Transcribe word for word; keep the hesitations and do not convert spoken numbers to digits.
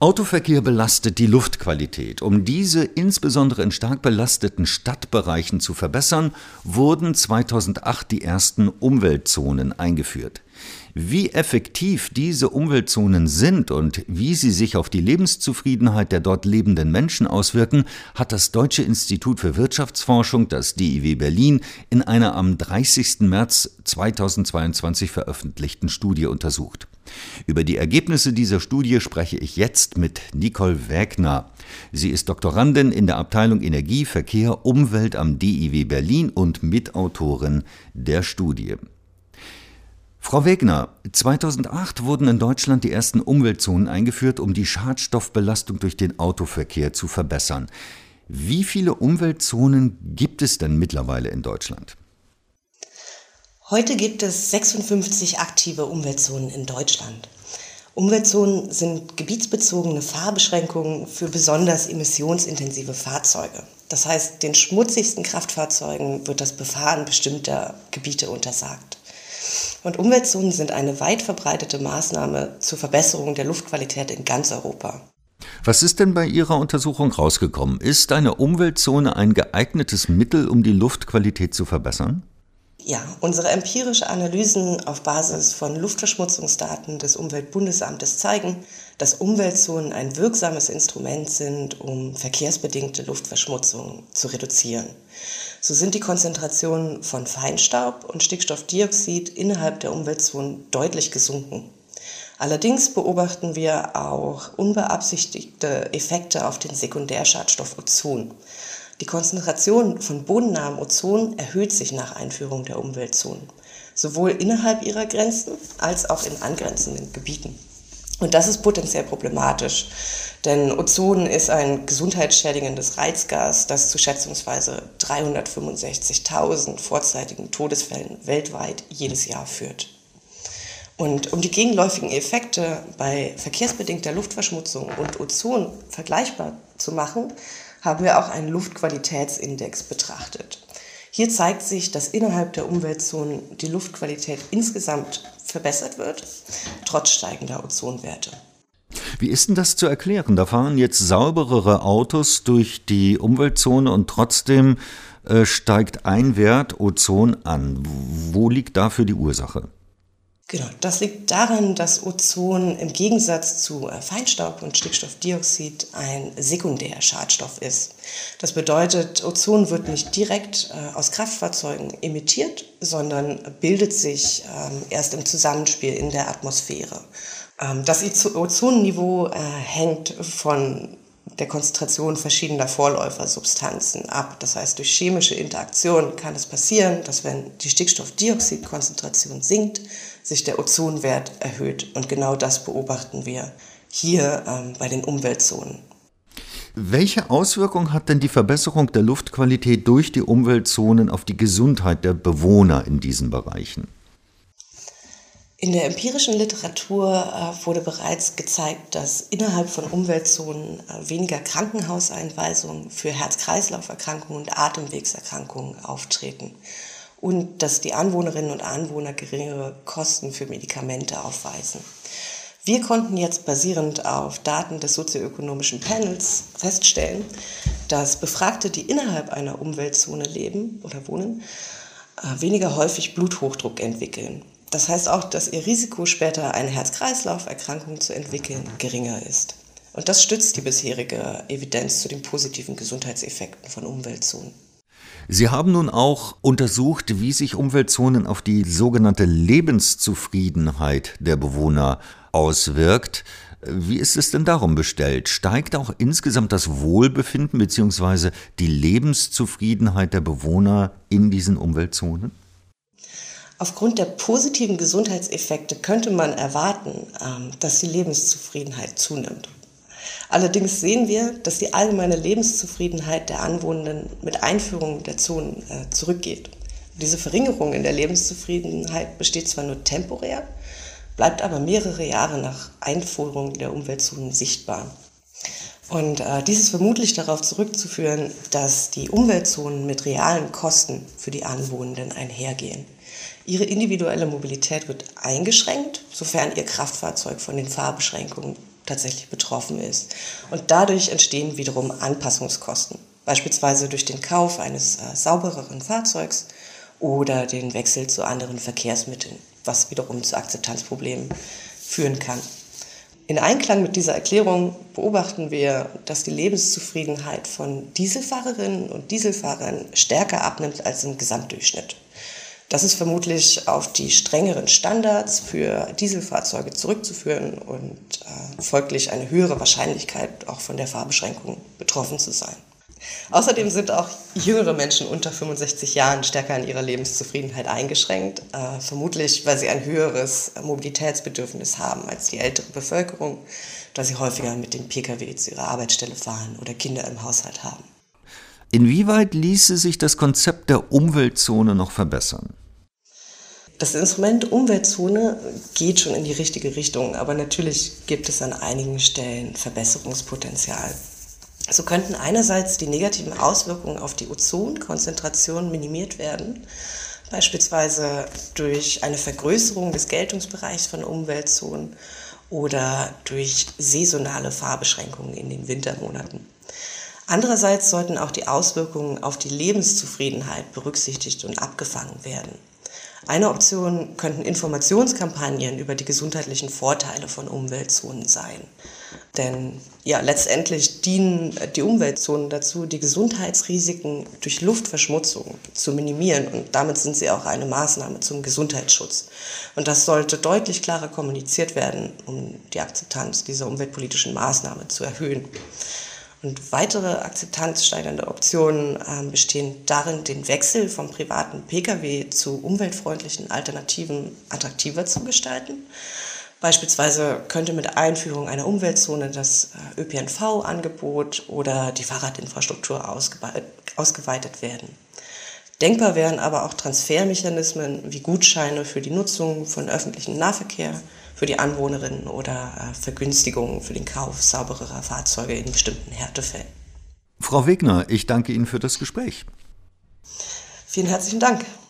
Autoverkehr belastet die Luftqualität. Um diese insbesondere in stark belasteten Stadtbereichen zu verbessern, wurden zweitausendacht die ersten Umweltzonen eingeführt. Wie effektiv diese Umweltzonen sind und wie sie sich auf die Lebenszufriedenheit der dort lebenden Menschen auswirken, hat das Deutsche Institut für Wirtschaftsforschung, das D I W Berlin, in einer am dreißigsten März zweitausendzweiundzwanzig veröffentlichten Studie untersucht. Über die Ergebnisse dieser Studie spreche ich jetzt mit Nicole Wägner. Sie ist Doktorandin in der Abteilung Energie, Verkehr, Umwelt am D I W Berlin und Mitautorin der Studie. Frau Wägner, zweitausendacht wurden in Deutschland die ersten Umweltzonen eingeführt, um die Schadstoffbelastung durch den Autoverkehr zu verbessern. Wie viele Umweltzonen gibt es denn mittlerweile in Deutschland? Heute gibt es sechsundfünfzig aktive Umweltzonen in Deutschland. Umweltzonen sind gebietsbezogene Fahrbeschränkungen für besonders emissionsintensive Fahrzeuge. Das heißt, den schmutzigsten Kraftfahrzeugen wird das Befahren bestimmter Gebiete untersagt. Und Umweltzonen sind eine weit verbreitete Maßnahme zur Verbesserung der Luftqualität in ganz Europa. Was ist denn bei Ihrer Untersuchung rausgekommen? Ist eine Umweltzone ein geeignetes Mittel, um die Luftqualität zu verbessern? Ja, unsere empirischen Analysen auf Basis von Luftverschmutzungsdaten des Umweltbundesamtes zeigen, dass Umweltzonen ein wirksames Instrument sind, um verkehrsbedingte Luftverschmutzung zu reduzieren. So sind die Konzentrationen von Feinstaub und Stickstoffdioxid innerhalb der Umweltzonen deutlich gesunken. Allerdings beobachten wir auch unbeabsichtigte Effekte auf den Sekundärschadstoff Ozon. Die Konzentration von bodennahem Ozon erhöht sich nach Einführung der Umweltzonen, sowohl innerhalb ihrer Grenzen als auch in angrenzenden Gebieten. Und das ist potenziell problematisch, denn Ozon ist ein gesundheitsschädigendes Reizgas, das zu schätzungsweise dreihundertfünfundsechzigtausend vorzeitigen Todesfällen weltweit jedes Jahr führt. Und um die gegenläufigen Effekte bei verkehrsbedingter Luftverschmutzung und Ozon vergleichbar zu machen, haben wir auch einen Luftqualitätsindex betrachtet. Hier zeigt sich, dass innerhalb der Umweltzonen die Luftqualität insgesamt verbessert wird, trotz steigender Ozonwerte. Wie ist denn das zu erklären? Da fahren jetzt sauberere Autos durch die Umweltzone und trotzdem äh, steigt ein Wert Ozon an. Wo liegt dafür die Ursache? Genau, das liegt daran, dass Ozon im Gegensatz zu Feinstaub und Stickstoffdioxid ein Sekundärschadstoff ist. Das bedeutet, Ozon wird nicht direkt äh, aus Kraftfahrzeugen emittiert, sondern bildet sich ähm, erst im Zusammenspiel in der Atmosphäre. Ähm, das Ozonniveau äh, hängt von der Konzentration verschiedener Vorläufersubstanzen ab. Das heißt, durch chemische Interaktion kann es passieren, dass wenn die Stickstoffdioxidkonzentration sinkt, sich der Ozonwert erhöht. Und genau das beobachten wir hier ähm, bei den Umweltzonen. Welche Auswirkung hat denn die Verbesserung der Luftqualität durch die Umweltzonen auf die Gesundheit der Bewohner in diesen Bereichen? In der empirischen Literatur äh, wurde bereits gezeigt, dass innerhalb von Umweltzonen äh, weniger Krankenhauseinweisungen für Herz-Kreislauf-Erkrankungen und Atemwegserkrankungen auftreten und dass die Anwohnerinnen und Anwohner geringere Kosten für Medikamente aufweisen. Wir konnten jetzt basierend auf Daten des sozioökonomischen Panels feststellen, dass Befragte, die innerhalb einer Umweltzone leben oder wohnen, äh, weniger häufig Bluthochdruck entwickeln. Das heißt auch, dass ihr Risiko, später eine Herz-Kreislauf-Erkrankung zu entwickeln, geringer ist. Und das stützt die bisherige Evidenz zu den positiven Gesundheitseffekten von Umweltzonen. Sie haben nun auch untersucht, wie sich Umweltzonen auf die sogenannte Lebenszufriedenheit der Bewohner auswirkt. Wie ist es denn darum bestellt? Steigt auch insgesamt das Wohlbefinden bzw. die Lebenszufriedenheit der Bewohner in diesen Umweltzonen? Aufgrund der positiven Gesundheitseffekte könnte man erwarten, dass die Lebenszufriedenheit zunimmt. Allerdings sehen wir, dass die allgemeine Lebenszufriedenheit der Anwohnenden mit Einführung der Zonen zurückgeht. Diese Verringerung in der Lebenszufriedenheit besteht zwar nur temporär, bleibt aber mehrere Jahre nach Einführung der Umweltzonen sichtbar. Und äh, dies ist vermutlich darauf zurückzuführen, dass die Umweltzonen mit realen Kosten für die Anwohnenden einhergehen. Ihre individuelle Mobilität wird eingeschränkt, sofern ihr Kraftfahrzeug von den Fahrbeschränkungen tatsächlich betroffen ist. Und dadurch entstehen wiederum Anpassungskosten, beispielsweise durch den Kauf eines äh, saubereren Fahrzeugs oder den Wechsel zu anderen Verkehrsmitteln, was wiederum zu Akzeptanzproblemen führen kann. In Einklang mit dieser Erklärung beobachten wir, dass die Lebenszufriedenheit von Dieselfahrerinnen und Dieselfahrern stärker abnimmt als im Gesamtdurchschnitt. Das ist vermutlich auf die strengeren Standards für Dieselfahrzeuge zurückzuführen und äh, folglich eine höhere Wahrscheinlichkeit, auch von der Fahrbeschränkung betroffen zu sein. Außerdem sind auch jüngere Menschen unter fünfundsechzig Jahren stärker in ihrer Lebenszufriedenheit eingeschränkt, äh, vermutlich weil sie ein höheres Mobilitätsbedürfnis haben als die ältere Bevölkerung, da sie häufiger mit dem Pkw zu ihrer Arbeitsstelle fahren oder Kinder im Haushalt haben. Inwieweit ließe sich das Konzept der Umweltzone noch verbessern? Das Instrument Umweltzone geht schon in die richtige Richtung, aber natürlich gibt es an einigen Stellen Verbesserungspotenzial. So könnten einerseits die negativen Auswirkungen auf die Ozonkonzentration minimiert werden, beispielsweise durch eine Vergrößerung des Geltungsbereichs von Umweltzonen oder durch saisonale Fahrbeschränkungen in den Wintermonaten. Andererseits sollten auch die Auswirkungen auf die Lebenszufriedenheit berücksichtigt und abgefangen werden. Eine Option könnten Informationskampagnen über die gesundheitlichen Vorteile von Umweltzonen sein. Denn ja, letztendlich dienen die Umweltzonen dazu, die Gesundheitsrisiken durch Luftverschmutzung zu minimieren. Und damit sind sie auch eine Maßnahme zum Gesundheitsschutz. Und das sollte deutlich klarer kommuniziert werden, um die Akzeptanz dieser umweltpolitischen Maßnahme zu erhöhen. Und weitere akzeptanzsteigernde Optionen äh, bestehen darin, den Wechsel vom privaten Pkw zu umweltfreundlichen Alternativen attraktiver zu gestalten. Beispielsweise könnte mit Einführung einer Umweltzone das äh, Ö P N V-Angebot oder die Fahrradinfrastruktur ausge- ausgeweitet werden. Denkbar wären aber auch Transfermechanismen wie Gutscheine für die Nutzung von öffentlichem Nahverkehr für die Anwohnerinnen oder äh, Vergünstigungen für den Kauf saubererer Fahrzeuge in bestimmten Härtefällen. Frau Wegner, ich danke Ihnen für das Gespräch. Vielen herzlichen Dank.